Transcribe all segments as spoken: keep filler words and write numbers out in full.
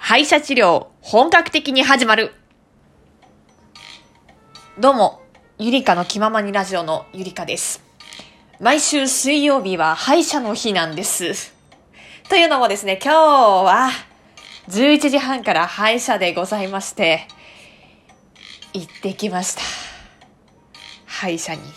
歯医者治療本格的に始まる。どうも、ゆりかの気ままにラジオのゆりかです。毎週水曜日は歯医者の日なんです。というのもですね、今日はじゅういちじはんから歯医者でございまして、行ってきました。歯医者に。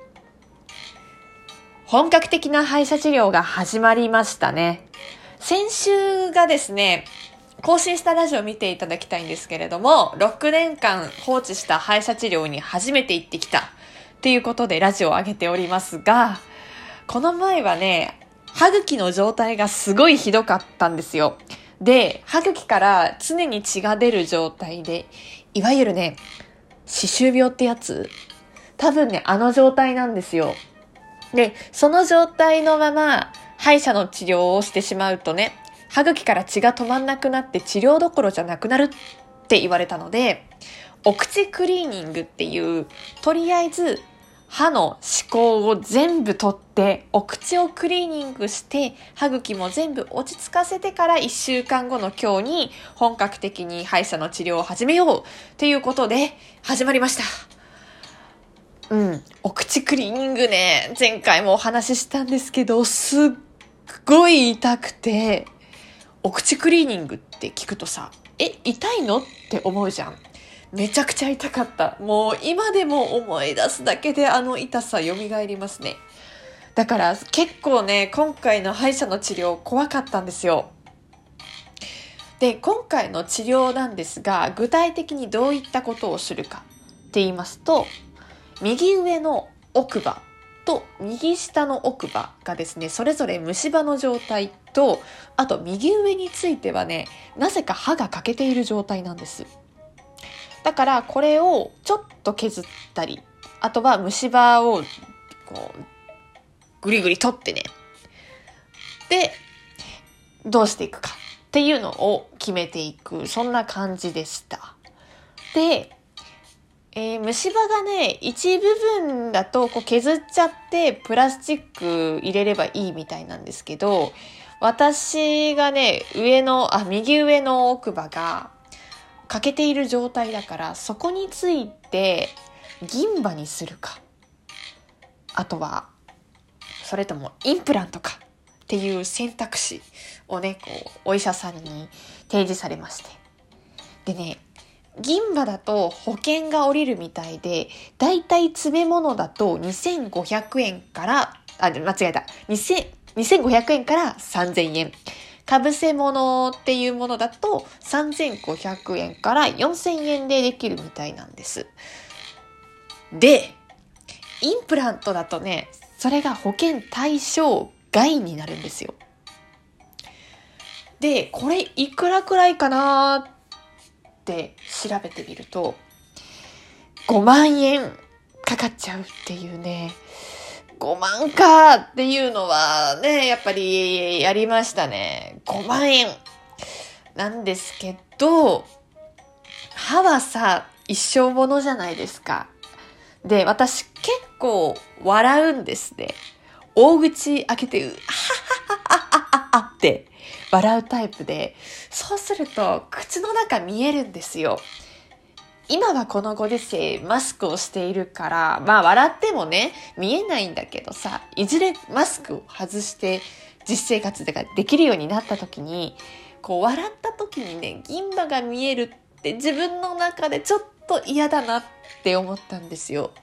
本格的な歯医者治療が始まりましたね。先週がですね、更新したラジオを見ていただきたいんですけれども、ろくねんかん放置した歯医者治療に初めて行ってきたっていうことでラジオを上げておりますが、この前はね、歯茎の状態がすごいひどかったんですよ。で、歯茎から常に血が出る状態で、いわゆるね、歯周病ってやつ、多分ね、あの状態なんですよ。で、その状態のまま歯医者の治療をしてしまうとね、歯茎から血が止まんなくなって治療どころじゃなくなるって言われたので、お口クリーニングっていう、とりあえず歯の歯垢を全部取ってお口をクリーニングして歯茎も全部落ち着かせてからいっしゅうかんごの今日に本格的に歯医者の治療を始めようっていうことで始まりました。うん、お口クリーニングね、前回もお話ししたんですけど、すっごい痛くて、お口クリーニングって聞くとさ、え、痛いのって思うじゃん。めちゃくちゃ痛かった。もう今でも思い出すだけであの痛さ蘇りますね。だから結構ね、今回の歯医者の治療怖かったんですよ。で、今回の治療なんですが、具体的にどういったことをするかって言いますと、右上の奥歯と右下の奥歯がですね、それぞれ虫歯の状態と、あと右上についてはね、なぜか歯が欠けている状態なんです。だからこれをちょっと削ったり、あとは虫歯をこうぐりぐり取ってね、でどうしていくかっていうのを決めていく、そんな感じでした。で、えー、虫歯がね、一部分だとこう削っちゃってプラスチック入れればいいみたいなんですけど、私がね、上の、あ、右上の奥歯が欠けている状態だから、そこについて銀歯にするか、あとはそれともインプラントかっていう選択肢をね、こうお医者さんに提示されまして、でね、銀歯だと保険が下りるみたいで、だいたい詰め物だとにせんごひゃくえんから、あ、間違えた、にせんごひゃくえんからさんぜんえん。かぶせ物っていうものだとさんぜんごひゃくえんからよんせんえんでできるみたいなんです。で、インプラントだとね、それが保険対象外になるんですよ。で、これいくらくらいかなって調べてみるとごまんえんかかっちゃうっていうね。ごまんかっていうのはね、やっぱりやりましたね。ごまんえんなんですけど、歯はさ、一生ものじゃないですか。で、私結構笑うんですね。大口開けてうはははははって笑うタイプで、そうすると口の中見えるんですよ。今はこのご時世マスクをしているから、まあ笑ってもね見えないんだけどさ、いずれマスクを外して実生活ができるようになった時に、こう笑った時にね、銀歯が見えるって自分の中でちょっと嫌だなって思ったんですよ。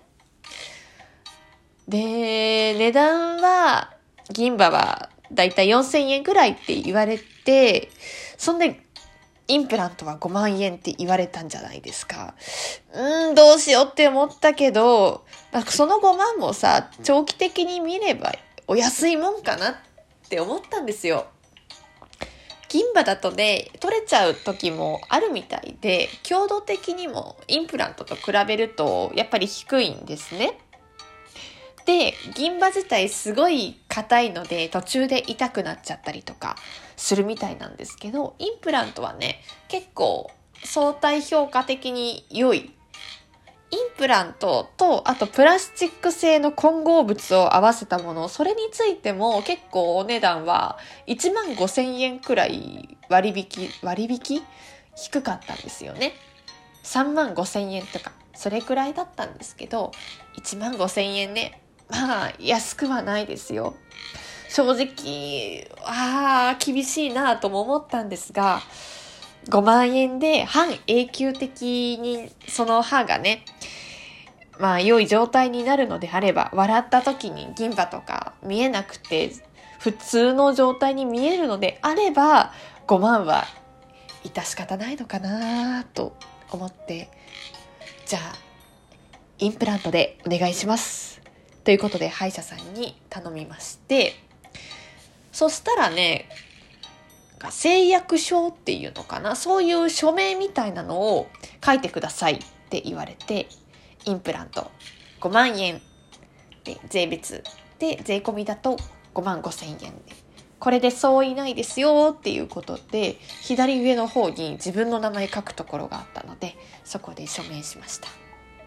で、値段は銀歯はだいたいよんせんえんくらいって言われて、そんでインプラントはごまんえんって言われたんじゃないですか。うーん、どうしようって思ったけど、まあ、そのごまんもさ、長期的に見ればお安いもんかなって思ったんですよ。銀歯だとね、取れちゃう時もあるみたいで、強度的にもインプラントと比べるとやっぱり低いんですね。で、銀歯自体すごい硬いので途中で痛くなっちゃったりとかするみたいなんですけど、インプラントはね、結構相対評価的に良い。インプラントと、あとプラスチック製の混合物を合わせたもの、それについても結構お値段はいちまんごせんえんくらいは割引割引低かったんですよね。さんまんごせんえんとかそれくらいだったんですけど、いちまんごせんえんね、まあ安くはないですよ。正直あー厳しいなとも思ったんですが、ごまんえんで半永久的にその歯がね、まあ良い状態になるのであれば、笑った時に銀歯とか見えなくて普通の状態に見えるのであれば、ごまんは致し方ないのかなと思って、じゃあインプラントでお願いしますということで歯医者さんに頼みまして、そしたらね、誓約書っていうのかな、そういう署名みたいなのを書いてくださいって言われて、インプラントごまんえんで税別で税込みだとごまんごせんえんで、これで相違ないですよっていうことで、左上の方に自分の名前書くところがあったので、そこで署名しました。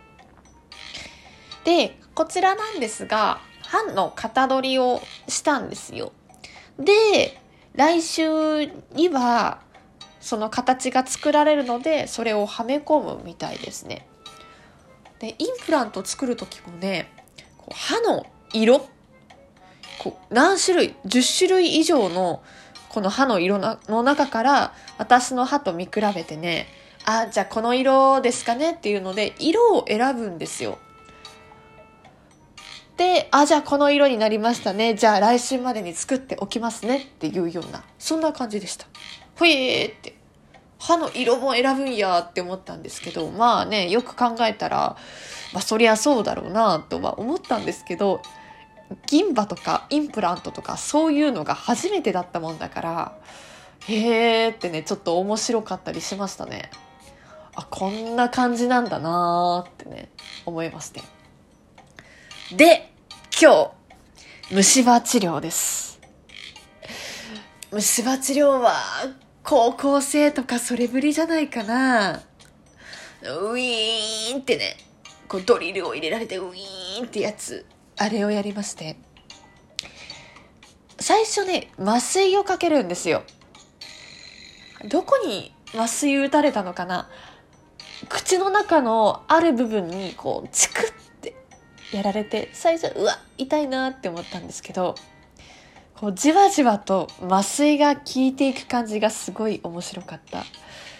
でこちらなんですが、歯の型取りをしたんですよ。で来週にはその形が作られるので、それをはめ込むみたいですね。でインプラント作る時もね、こう歯の色、こう何種類じゅっしゅるい以上のこの歯の色の中から私の歯と見比べてね、あ、じゃあこの色ですかねっていうので色を選ぶんですよ。で、あ、じゃあこの色になりましたね、じゃあ来週までに作っておきますねっていうような、そんな感じでした。ほえーって、歯の色も選ぶんやって思ったんですけど、まあね、よく考えたら、まあそりゃそうだろうなとは思ったんですけど、銀歯とかインプラントとかそういうのが初めてだったもんだから、へーってね、ちょっと面白かったりしましたね。あ、こんな感じなんだなーってね、思いまして。で、今日、虫歯治療です。虫歯治療は、高校生とかそれぶりじゃないかな。ウィーンってね、こうドリルを入れられてウィーンってやつ、あれをやりまして。最初ね、麻酔をかけるんですよ。どこに麻酔打たれたのかな。口の中のある部分にこうチクってやられて、最初うわ痛いなって思ったんですけど、こうじわじわと麻酔が効いていく感じがすごい面白かった。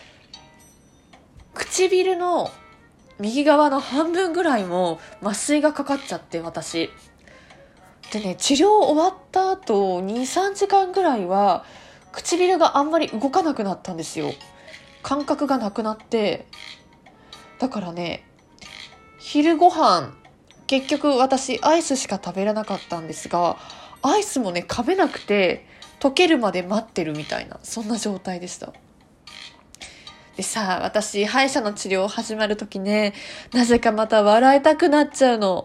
唇の右側の半分ぐらいも麻酔がかかっちゃって、私でね、治療終わった後 にさんじかんぐらいは唇があんまり動かなくなったんですよ。感覚がなくなって、だからね、昼ご飯結局私アイスしか食べれなかったんですが、アイスもね噛めなくて溶けるまで待ってるみたいな、そんな状態でした。でさ、私歯医者の治療始まる時ね、なぜかまた笑いたくなっちゃうの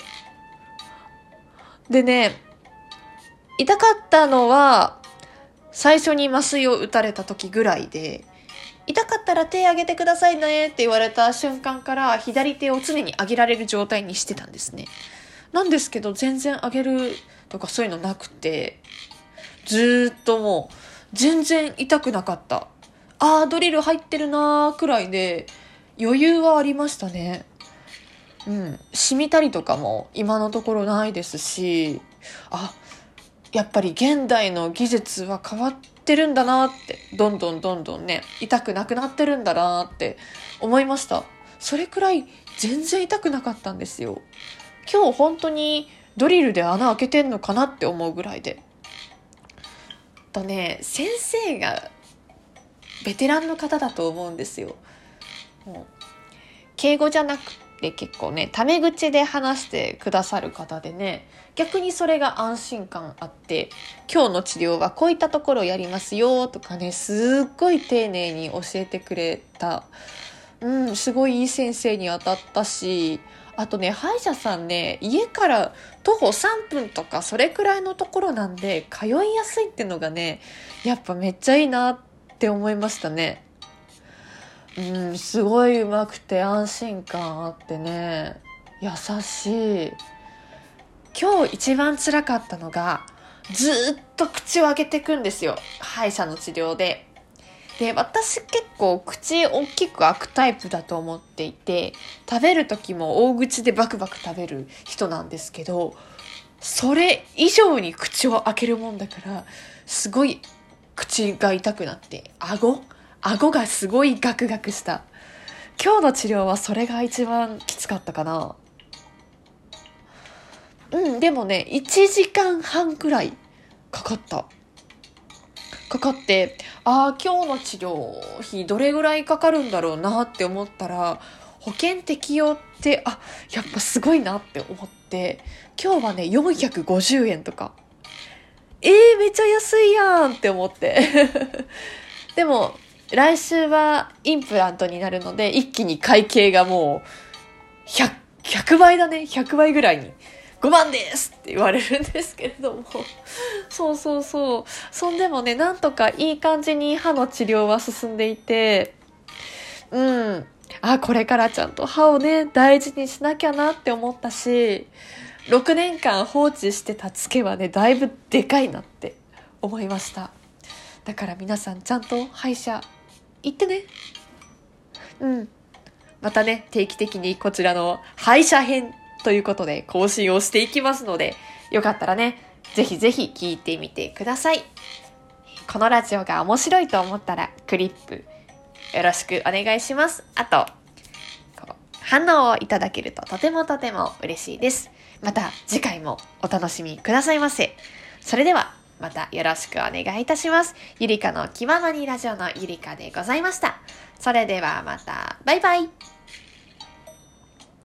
でね、痛かったのは最初に麻酔を打たれた時ぐらいで、痛かったら手上げてくださいねって言われた瞬間から左手を常に上げられる状態にしてたんですね。なんですけど全然上げるとかそういうのなくて、ずーっともう全然痛くなかった。あードリル入ってるなーくらいで余裕はありましたね。うん、染みたりとかも今のところないですし、あ、やっぱり現代の技術は変わってるんだなって、どんどんどんどんね、痛くなくなってるんだなって思いました。それくらい全然痛くなかったんですよ。今日本当にドリルで穴開けてんのかなって思うぐらいで。とね、先生がベテランの方だと思うんですよ。もう敬語じゃなくて結構ね、タメ口で話してくださる方でね、逆にそれが安心感あって、今日の治療はこういったところをやりますよとかね、すっごい丁寧に教えてくれた。うん、すごいいい先生に当たったし、あとね、歯医者さんね、家から徒歩さんぷんとかそれくらいのところなんで通いやすいっていうのがね、やっぱめっちゃいいなって思いましたね。うん、すごいうまくて安心感あってね、優しい。今日一番辛かったのが、ずっと口を開けてくんですよ、歯医者の治療で。 で、私結構口大きく開くタイプだと思っていて、食べる時も大口でバクバク食べる人なんですけど、それ以上に口を開けるもんだから、すごい口が痛くなって、顎顎がすごいガクガクした。今日の治療はそれが一番きつかったかな。うん、でもね、いちじかんはんくらいかかった。かかって、ああ、今日の治療費どれぐらいかかるんだろうなって思ったら、保険適用って、あ、やっぱすごいなって思って、今日はね、よんひゃくごじゅうえんとか。えー、めっちゃ安いやんって思って。でも、来週はインプラントになるので、一気に会計がもうひゃく、ひゃくばいだね。ひゃくばいぐらいに。ごまんですって言われるんですけれども。そうそうそう。そんでもね、なんとかいい感じに歯の治療は進んでいて、うん。あ、これからちゃんと歯をね、大事にしなきゃなって思ったし、ろくねんかん放置してたツケはね、だいぶでかいなって思いました。だから皆さんちゃんと歯医者行ってね。うん。またね、定期的にこちらの歯医者編ということで更新をしていきますので、よかったらね、ぜひぜひ聞いてみてください。このラジオが面白いと思ったらクリップよろしくお願いします。あと、こう反応をいただけるととてもとても嬉しいです。また次回もお楽しみくださいませ。それではまたよろしくお願いいたします。ゆりかの気ままにラジオのゆりかでございました。それではまた、バイバイ。